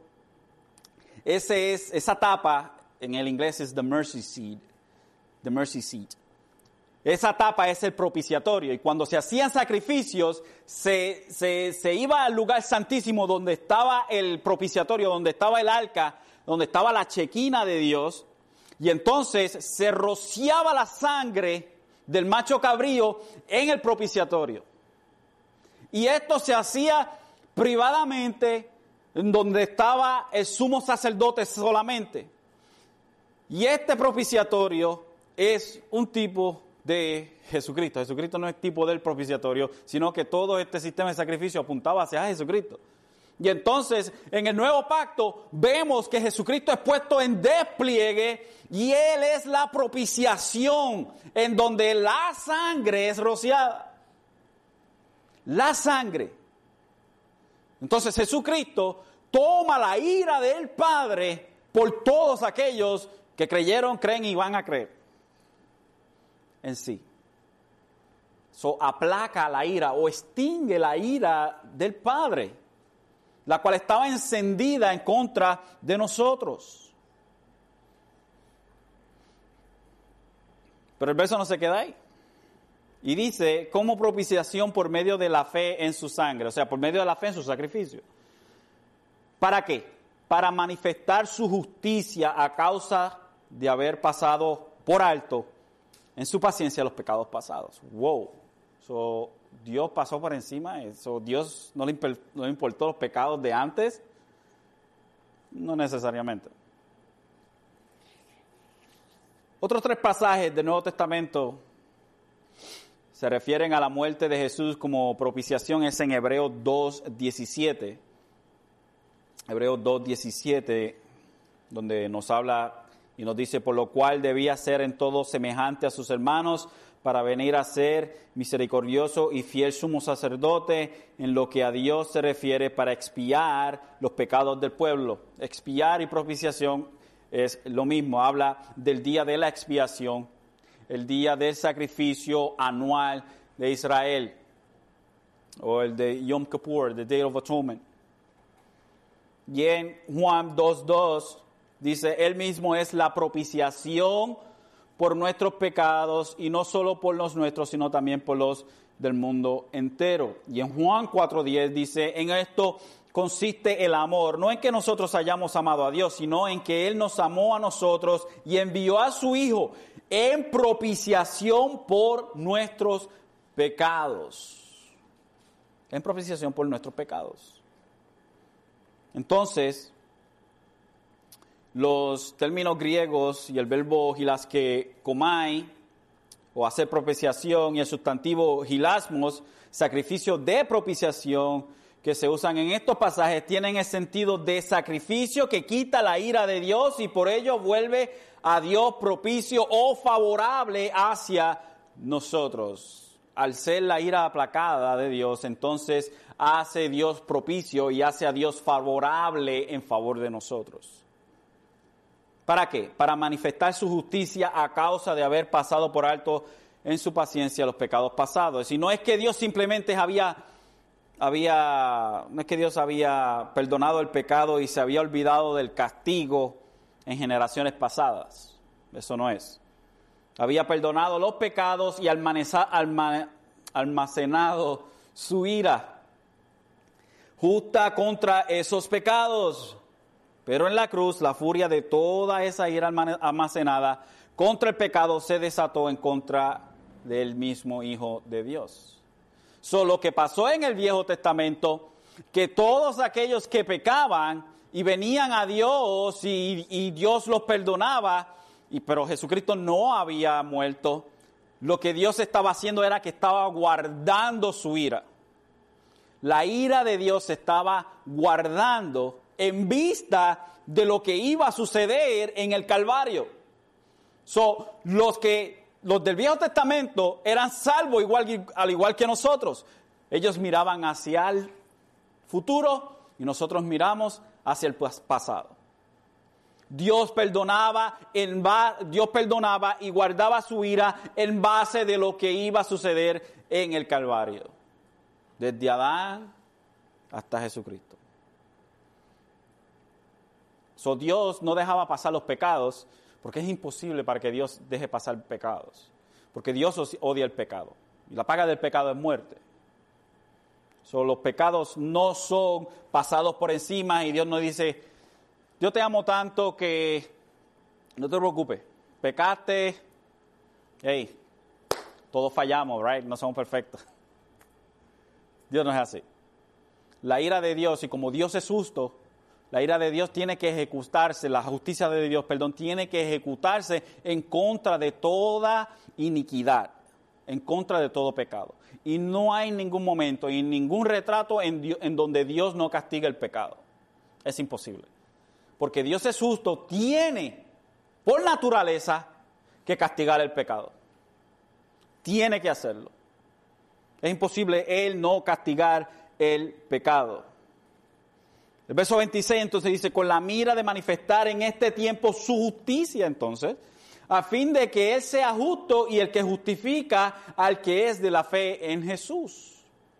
Esa tapa en el inglés es the mercy seat. Esa tapa es el propiciatorio y cuando se hacían sacrificios se iba al lugar santísimo donde estaba el propiciatorio, donde estaba el arca, donde estaba la chequina de Dios y entonces se rociaba la sangre del macho cabrío en el propiciatorio. Y esto se hacía privadamente en donde estaba el sumo sacerdote solamente. Y este propiciatorio es un tipo de Jesucristo. Jesucristo no es tipo del propiciatorio, sino que todo este sistema de sacrificio apuntaba hacia Jesucristo. Y entonces, en el nuevo pacto, vemos que Jesucristo es puesto en despliegue y Él es la propiciación en donde la sangre es rociada. La sangre. Entonces, Jesucristo toma la ira del Padre por todos aquellos que creyeron, creen y van a creer en sí. Aplaca la ira o extingue la ira del Padre, la cual estaba encendida en contra de nosotros. Pero el verso no se queda ahí. Y dice, como propiciación por medio de la fe en su sangre, o sea, por medio de la fe en su sacrificio. ¿Para qué? Para manifestar su justicia a causa de haber pasado por alto en su paciencia los pecados pasados. Wow. Dios pasó por encima de eso. Dios no le importó los pecados de antes. No necesariamente. Otros 3 pasajes del Nuevo Testamento se refieren a la muerte de Jesús como propiciación. Es en Hebreos 2:17. Hebreos 2:17, donde nos habla y nos dice, por lo cual debía ser en todo semejante a sus hermanos, para venir a ser misericordioso y fiel sumo sacerdote en lo que a Dios se refiere, para expiar los pecados del pueblo. Expiar y propiciación es lo mismo, habla del día de la expiación, el día del sacrificio anual de Israel, o el de Yom Kippur, the Day of Atonement. Y en Juan 2:2 dice, Él mismo es la propiciación por nuestros pecados, y no solo por los nuestros, sino también por los del mundo entero. Y en Juan 4:10 dice, en esto consiste el amor, no en que nosotros hayamos amado a Dios, sino en que Él nos amó a nosotros y envió a su Hijo en propiciación por nuestros pecados. En propiciación por nuestros pecados. Entonces, los términos griegos y el verbo hilaskomai, o hacer propiciación, y el sustantivo hilasmos, sacrificio de propiciación, que se usan en estos pasajes, tienen el sentido de sacrificio que quita la ira de Dios y por ello vuelve a Dios propicio o favorable hacia nosotros. Al ser la ira aplacada de Dios, entonces hace Dios propicio y hace a Dios favorable en favor de nosotros. ¿Para qué? Para manifestar su justicia a causa de haber pasado por alto en su paciencia los pecados pasados. Y no es que Dios simplemente no es que Dios había perdonado el pecado y se había olvidado del castigo en generaciones pasadas. Eso no es. Había perdonado los pecados y almacenado su ira justa contra esos pecados. Pero en la cruz, la furia de toda esa ira almacenada contra el pecado se desató en contra del mismo Hijo de Dios. Lo que pasó en el Viejo Testamento, que todos aquellos que pecaban y venían a Dios y Dios los perdonaba, pero Jesucristo no había muerto, lo que Dios estaba haciendo era que estaba guardando su ira. La ira de Dios se estaba guardando en vista de lo que iba a suceder en el Calvario. Los del Viejo Testamento eran salvos al igual que nosotros. Ellos miraban hacia el futuro y nosotros miramos hacia el pasado. Dios perdonaba y guardaba su ira en base de lo que iba a suceder en el Calvario. Desde Adán hasta Jesucristo. Dios no dejaba pasar los pecados, porque es imposible para que Dios deje pasar pecados. Porque Dios odia el pecado. Y la paga del pecado es muerte. Los pecados no son pasados por encima y Dios nos dice, yo te amo tanto que no te preocupes. Pecaste, todos fallamos, right? No somos perfectos. Dios no es así. La ira de Dios, y como Dios es justo, la ira de Dios tiene que ejecutarse, la justicia de Dios, tiene que ejecutarse en contra de toda iniquidad, en contra de todo pecado. Y no hay ningún momento y ningún retrato en donde Dios no castiga el pecado. Es imposible. Porque Dios es justo, tiene por naturaleza que castigar el pecado. Tiene que hacerlo. Es imposible Él no castigar el pecado. El verso 26 entonces dice, con la mira de manifestar en este tiempo su justicia entonces, a fin de que Él sea justo y el que justifica al que es de la fe en Jesús.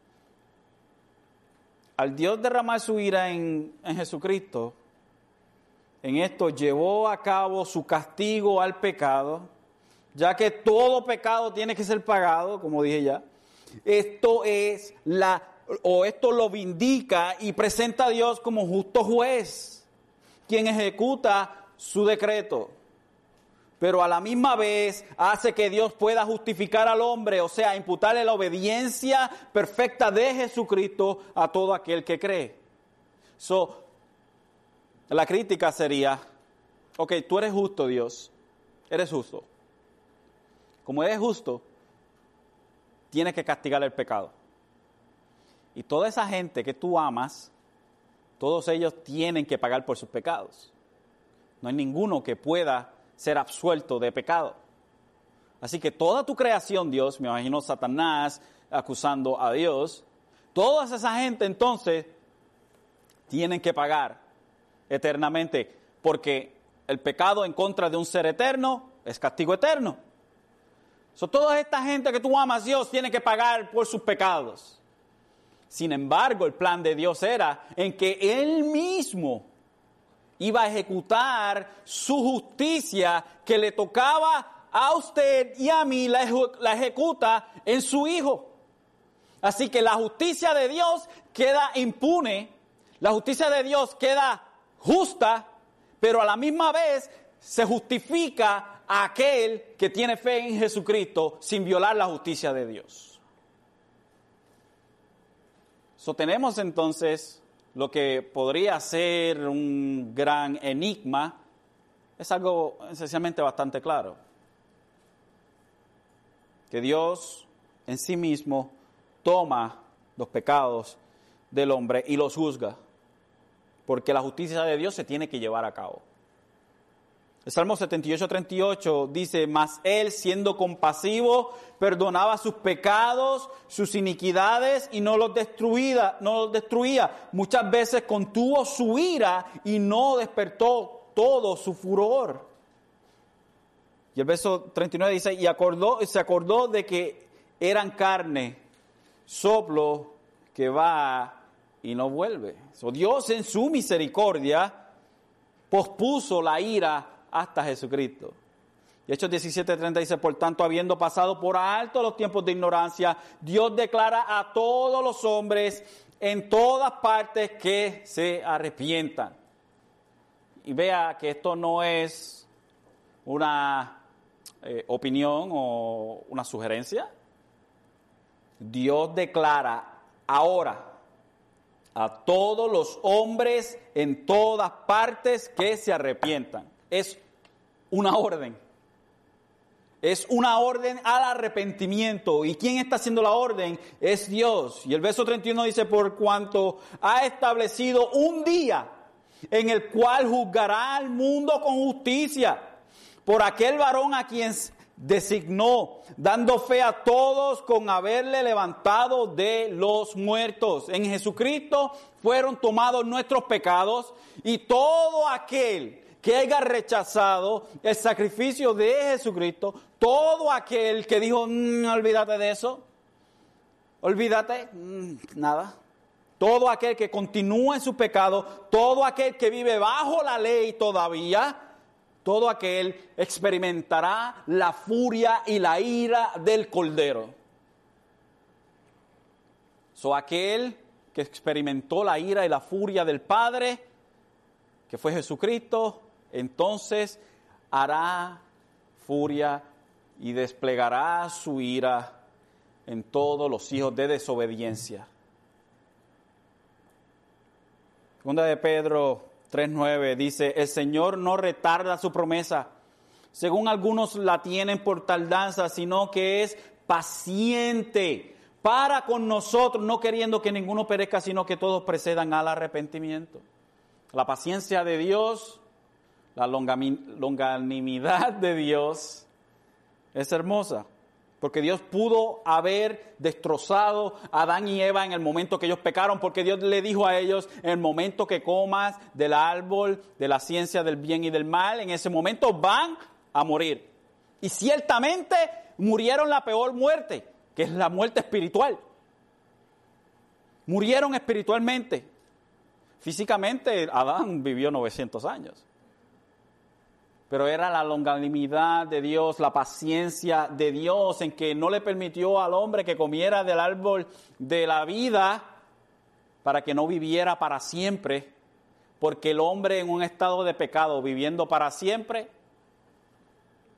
Al Dios derramar su ira en Jesucristo, en esto llevó a cabo su castigo al pecado, ya que todo pecado tiene que ser pagado, como dije ya. Esto lo vindica y presenta a Dios como justo juez, quien ejecuta su decreto. pero a la misma vez hace que Dios pueda justificar al hombre, o sea, imputarle la obediencia perfecta de Jesucristo a todo aquel que cree. La crítica sería, ok, tú eres justo, Dios, eres justo. Como eres justo, tienes que castigar el pecado. Y toda esa gente que tú amas, todos ellos tienen que pagar por sus pecados. No hay ninguno que pueda ser absuelto de pecado. Así que toda tu creación, Dios, me imagino Satanás acusando a Dios, toda esa gente entonces tienen que pagar eternamente, porque el pecado en contra de un ser eterno es castigo eterno. Toda esta gente que tú amas, Dios, tiene que pagar por sus pecados. Sin embargo, el plan de Dios era en que Él mismo iba a ejecutar su justicia que le tocaba a usted y a mí, la ejecuta en su Hijo. Así que la justicia de Dios queda impune, la justicia de Dios queda justa, pero a la misma vez se justifica a aquel que tiene fe en Jesucristo sin violar la justicia de Dios. Tenemos entonces lo que podría ser un gran enigma, es algo esencialmente bastante claro. Que Dios en sí mismo toma los pecados del hombre y los juzga, porque la justicia de Dios se tiene que llevar a cabo. El Salmo 78:38 dice, mas Él, siendo compasivo, perdonaba sus pecados, sus iniquidades y no los destruía. Muchas veces contuvo su ira y no despertó todo su furor. Y el verso 39 dice, y se acordó de que eran carne, soplo que va y no vuelve. Dios en su misericordia pospuso la ira hasta Jesucristo. Y Hechos 17:30 dice, por tanto, habiendo pasado por alto los tiempos de ignorancia, Dios declara a todos los hombres en todas partes que se arrepientan. Y vea que esto no es una opinión o una sugerencia. Dios declara ahora a todos los hombres en todas partes que se arrepientan. Es una orden. Es una orden al arrepentimiento. ¿Y quién está haciendo la orden? Es Dios. Y el verso 31 dice, por cuanto ha establecido un día en el cual juzgará al mundo con justicia por aquel varón a quien designó, dando fe a todos con haberle levantado de los muertos. En Jesucristo fueron tomados nuestros pecados, y todo aquel que haya rechazado el sacrificio de Jesucristo, todo aquel que dijo, olvídate de eso, olvídate, nada. Todo aquel que continúa en su pecado, todo aquel que vive bajo la ley todavía, todo aquel experimentará la furia y la ira del Cordero. Aquel que experimentó la ira y la furia del Padre, que fue Jesucristo, entonces hará furia y desplegará su ira en todos los hijos de desobediencia. Segunda de Pedro 3:9 dice, el Señor no retarda su promesa, según algunos la tienen por tardanza, sino que es paciente para con nosotros, no queriendo que ninguno perezca, sino que todos procedan al arrepentimiento. La paciencia de Dios, la longanimidad de Dios es hermosa, porque Dios pudo haber destrozado a Adán y Eva en el momento que ellos pecaron, porque Dios le dijo a ellos, en el momento que comas del árbol de la ciencia del bien y del mal, en ese momento van a morir. Y ciertamente murieron la peor muerte, que es la muerte espiritual. Murieron espiritualmente. Físicamente Adán vivió 900 años. Pero era la longanimidad de Dios, la paciencia de Dios en que no le permitió al hombre que comiera del árbol de la vida para que no viviera para siempre, porque el hombre en un estado de pecado viviendo para siempre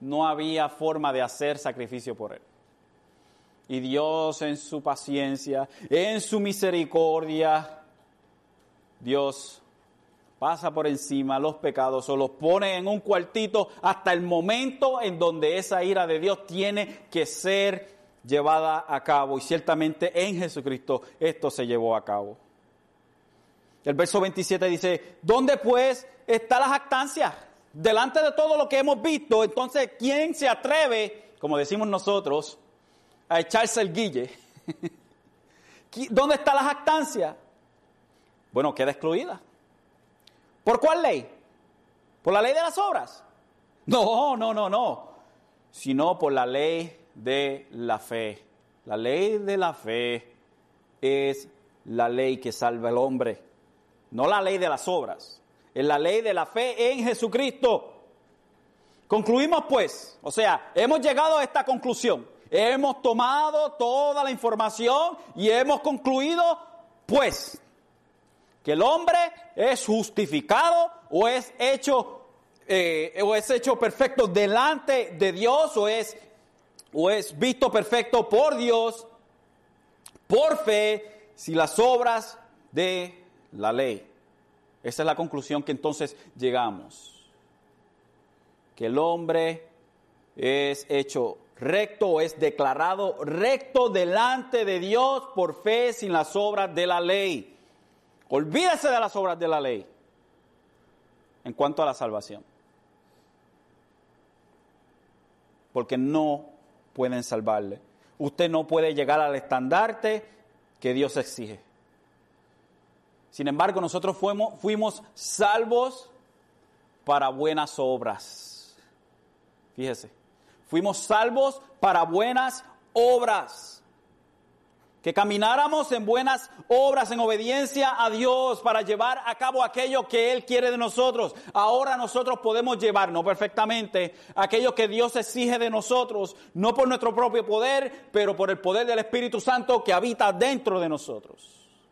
no había forma de hacer sacrificio por él. Y Dios en su paciencia, en su misericordia, Dios pasa por encima los pecados o los pone en un cuartito hasta el momento en donde esa ira de Dios tiene que ser llevada a cabo. Y ciertamente en Jesucristo esto se llevó a cabo. El verso 27 dice, ¿dónde pues está la jactancia? Delante de todo lo que hemos visto, entonces, ¿quién se atreve, como decimos nosotros, a echarse el guille? ¿Dónde está la jactancia? Bueno, queda excluida. ¿Por cuál ley? ¿Por la ley de las obras? No. Sino por la ley de la fe. La ley de la fe es la ley que salva al hombre. No la ley de las obras. Es la ley de la fe en Jesucristo. Concluimos pues, o sea, hemos llegado a esta conclusión. Hemos tomado toda la información y hemos concluido pues que el hombre es justificado o es hecho perfecto delante de Dios o es visto perfecto por Dios por fe sin las obras de la ley. Esa es la conclusión que entonces llegamos. Que el hombre es hecho recto o es declarado recto delante de Dios por fe sin las obras de la ley. Olvídese de las obras de la ley en cuanto a la salvación. Porque no pueden salvarle. Usted no puede llegar al estandarte que Dios exige. Sin embargo, nosotros fuimos salvos para buenas obras. Fíjese, fuimos salvos para buenas obras. Que camináramos en buenas obras, en obediencia a Dios para llevar a cabo aquello que Él quiere de nosotros. Ahora nosotros podemos llevar, no perfectamente, aquello que Dios exige de nosotros, no por nuestro propio poder, pero por el poder del Espíritu Santo que habita dentro de nosotros.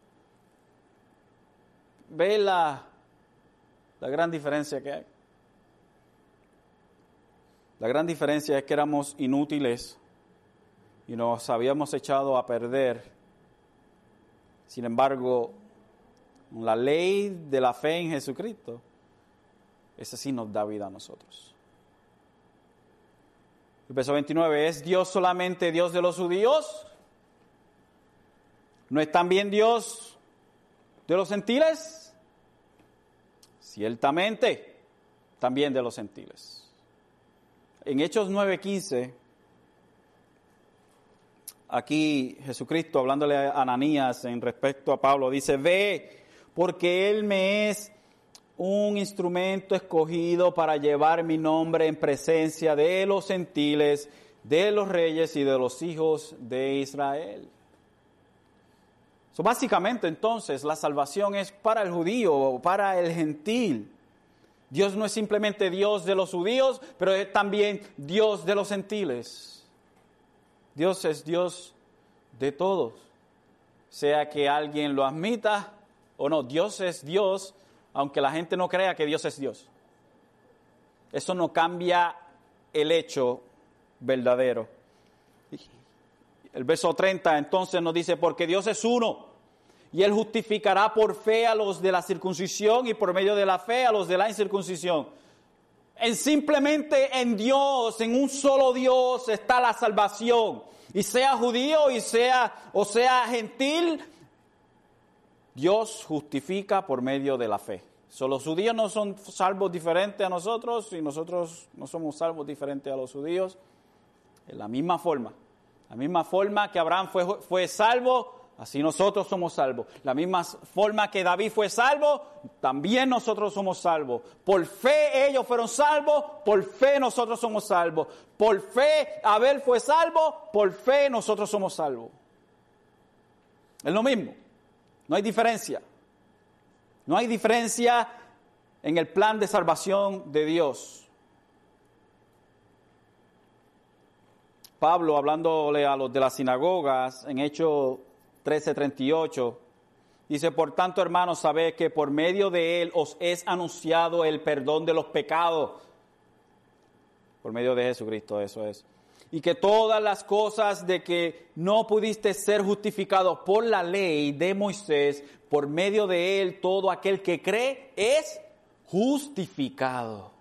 ¿Ve la gran diferencia que hay? La gran diferencia es que éramos inútiles y nos habíamos echado a perder. Sin embargo, la ley de la fe en Jesucristo, esa sí nos da vida a nosotros. El verso 29, ¿es Dios solamente Dios de los judíos? ¿No es también Dios de los gentiles? Ciertamente, también de los gentiles. En Hechos 9:15, aquí Jesucristo, hablándole a Ananías en respecto a Pablo, dice, ve, porque él me es un instrumento escogido para llevar mi nombre en presencia de los gentiles, de los reyes y de los hijos de Israel. Básicamente, entonces, la salvación es para el judío, para el gentil. Dios no es simplemente Dios de los judíos, pero es también Dios de los gentiles. Dios es Dios de todos, sea que alguien lo admita o no. Dios es Dios, aunque la gente no crea que Dios es Dios. Eso no cambia el hecho verdadero. El verso 30 entonces nos dice, porque Dios es uno, y Él justificará por fe a los de la circuncisión y por medio de la fe a los de la incircuncisión. Simplemente en Dios, en un solo Dios está la salvación. Y sea judío y sea gentil, Dios justifica por medio de la fe. Los judíos no son salvos diferentes a nosotros y nosotros no somos salvos diferentes a los judíos. En la misma forma que Abraham fue salvo, así nosotros somos salvos. La misma forma que David fue salvo, también nosotros somos salvos. Por fe ellos fueron salvos, por fe nosotros somos salvos. Por fe Abel fue salvo, por fe nosotros somos salvos. Es lo mismo, no hay diferencia. No hay diferencia en el plan de salvación de Dios. Pablo, hablándole a los de las sinagogas, en Hechos 13:38, dice, por tanto, hermanos, sabed que por medio de él os es anunciado el perdón de los pecados. Por medio de Jesucristo, eso es. Y que todas las cosas de que no pudiste ser justificado por la ley de Moisés, por medio de él, todo aquel que cree es justificado.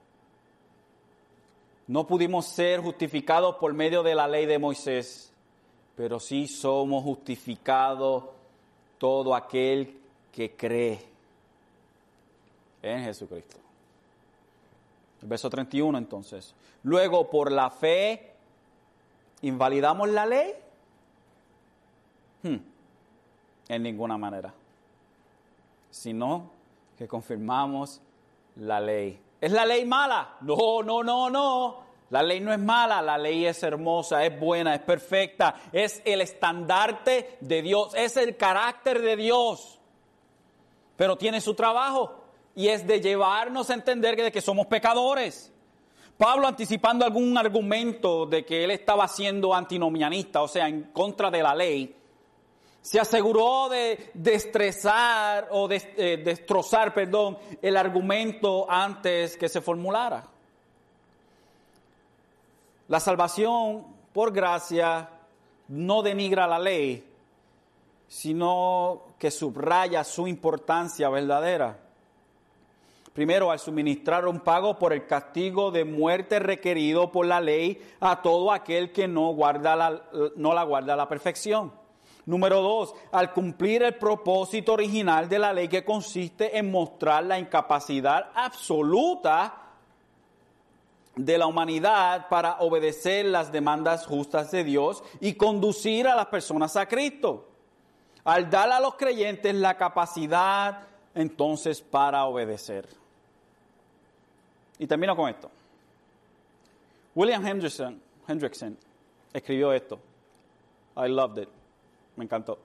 No pudimos ser justificados por medio de la ley de Moisés, pero sí somos justificados todo aquel que cree en Jesucristo. El verso 31 entonces. Luego, por la fe, ¿invalidamos la ley? En ninguna manera. Sino que confirmamos la ley. ¿Es la ley mala? No. La ley no es mala, la ley es hermosa, es buena, es perfecta. Es el estandarte de Dios, es el carácter de Dios. Pero tiene su trabajo y es de llevarnos a entender de que somos pecadores. Pablo, anticipando algún argumento de que él estaba siendo antinomianista, o sea, en contra de la ley, se aseguró de destrozar el argumento antes que se formulara. La salvación por gracia no denigra la ley, sino que subraya su importancia verdadera. Primero, al suministrar un pago por el castigo de muerte requerido por la ley a todo aquel que no la guarda a la perfección. Número 2, al cumplir el propósito original de la ley, que consiste en mostrar la incapacidad absoluta de la humanidad para obedecer las demandas justas de Dios y conducir a las personas a Cristo. Al dar a los creyentes la capacidad entonces para obedecer. Y termino con esto. William Hendrickson escribió esto. I loved it. Me encantó.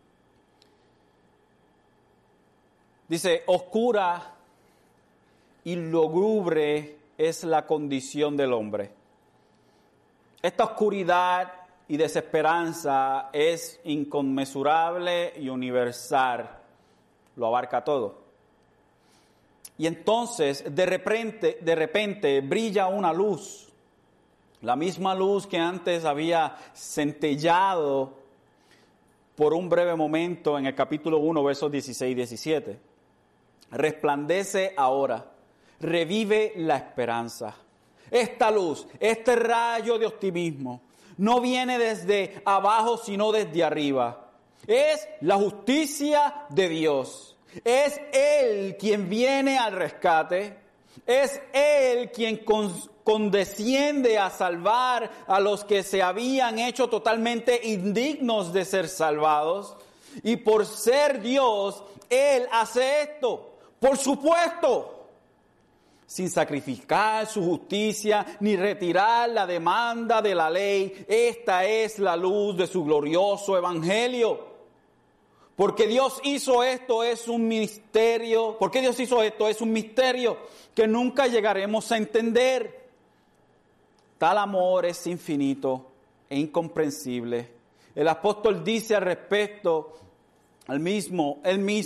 Dice, oscura y lúgubre es la condición del hombre. Esta oscuridad y desesperanza es inconmensurable y universal. Lo abarca todo. Y entonces, de repente, brilla una luz. La misma luz que antes había centellado por un breve momento en el capítulo 1, versos 16 y 17. Resplandece ahora. Revive la esperanza. Esta luz, este rayo de optimismo, no viene desde abajo, sino desde arriba. Es la justicia de Dios. Es Él quien viene al rescate. Es Él quien condesciende a salvar a los que se habían hecho totalmente indignos de ser salvados. Y por ser Dios, Él hace esto. Por supuesto, sin sacrificar su justicia ni retirar la demanda de la ley. Esta es la luz de su glorioso evangelio. Porque Dios hizo esto es un misterio. Porque Dios hizo esto es un misterio que nunca llegaremos a entender. Tal amor es infinito e incomprensible. El apóstol dice al respecto, él mismo,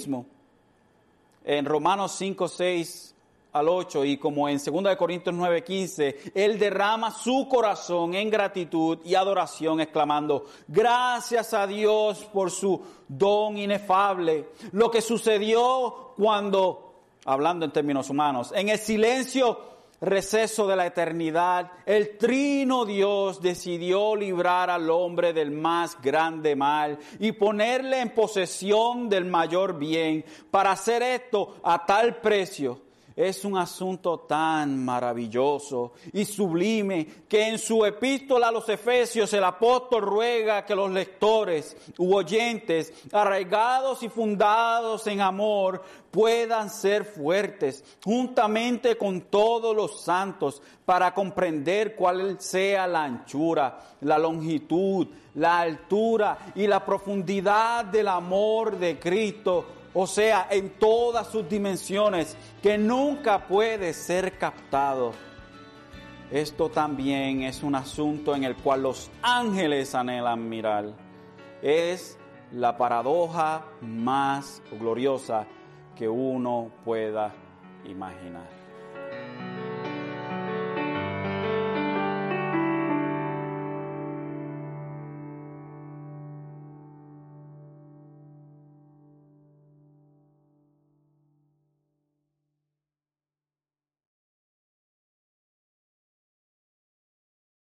en Romanos 5, 6 al 8, y como en 2 Corintios 9, 15, Él derrama su corazón en gratitud y adoración, exclamando, gracias a Dios por su don inefable. Lo que sucedió cuando, hablando en términos humanos, en el silencio receso de la eternidad, el trino Dios decidió librar al hombre del más grande mal y ponerle en posesión del mayor bien. Para hacer esto a tal precio, es un asunto tan maravilloso y sublime que en su epístola a los Efesios el apóstol ruega que los lectores u oyentes, arraigados y fundados en amor, puedan ser fuertes juntamente con todos los santos para comprender cuál sea la anchura, la longitud, la altura y la profundidad del amor de Cristo. O sea, en todas sus dimensiones, que nunca puede ser captado. Esto también es un asunto en el cual los ángeles anhelan mirar. Es la paradoja más gloriosa que uno pueda imaginar.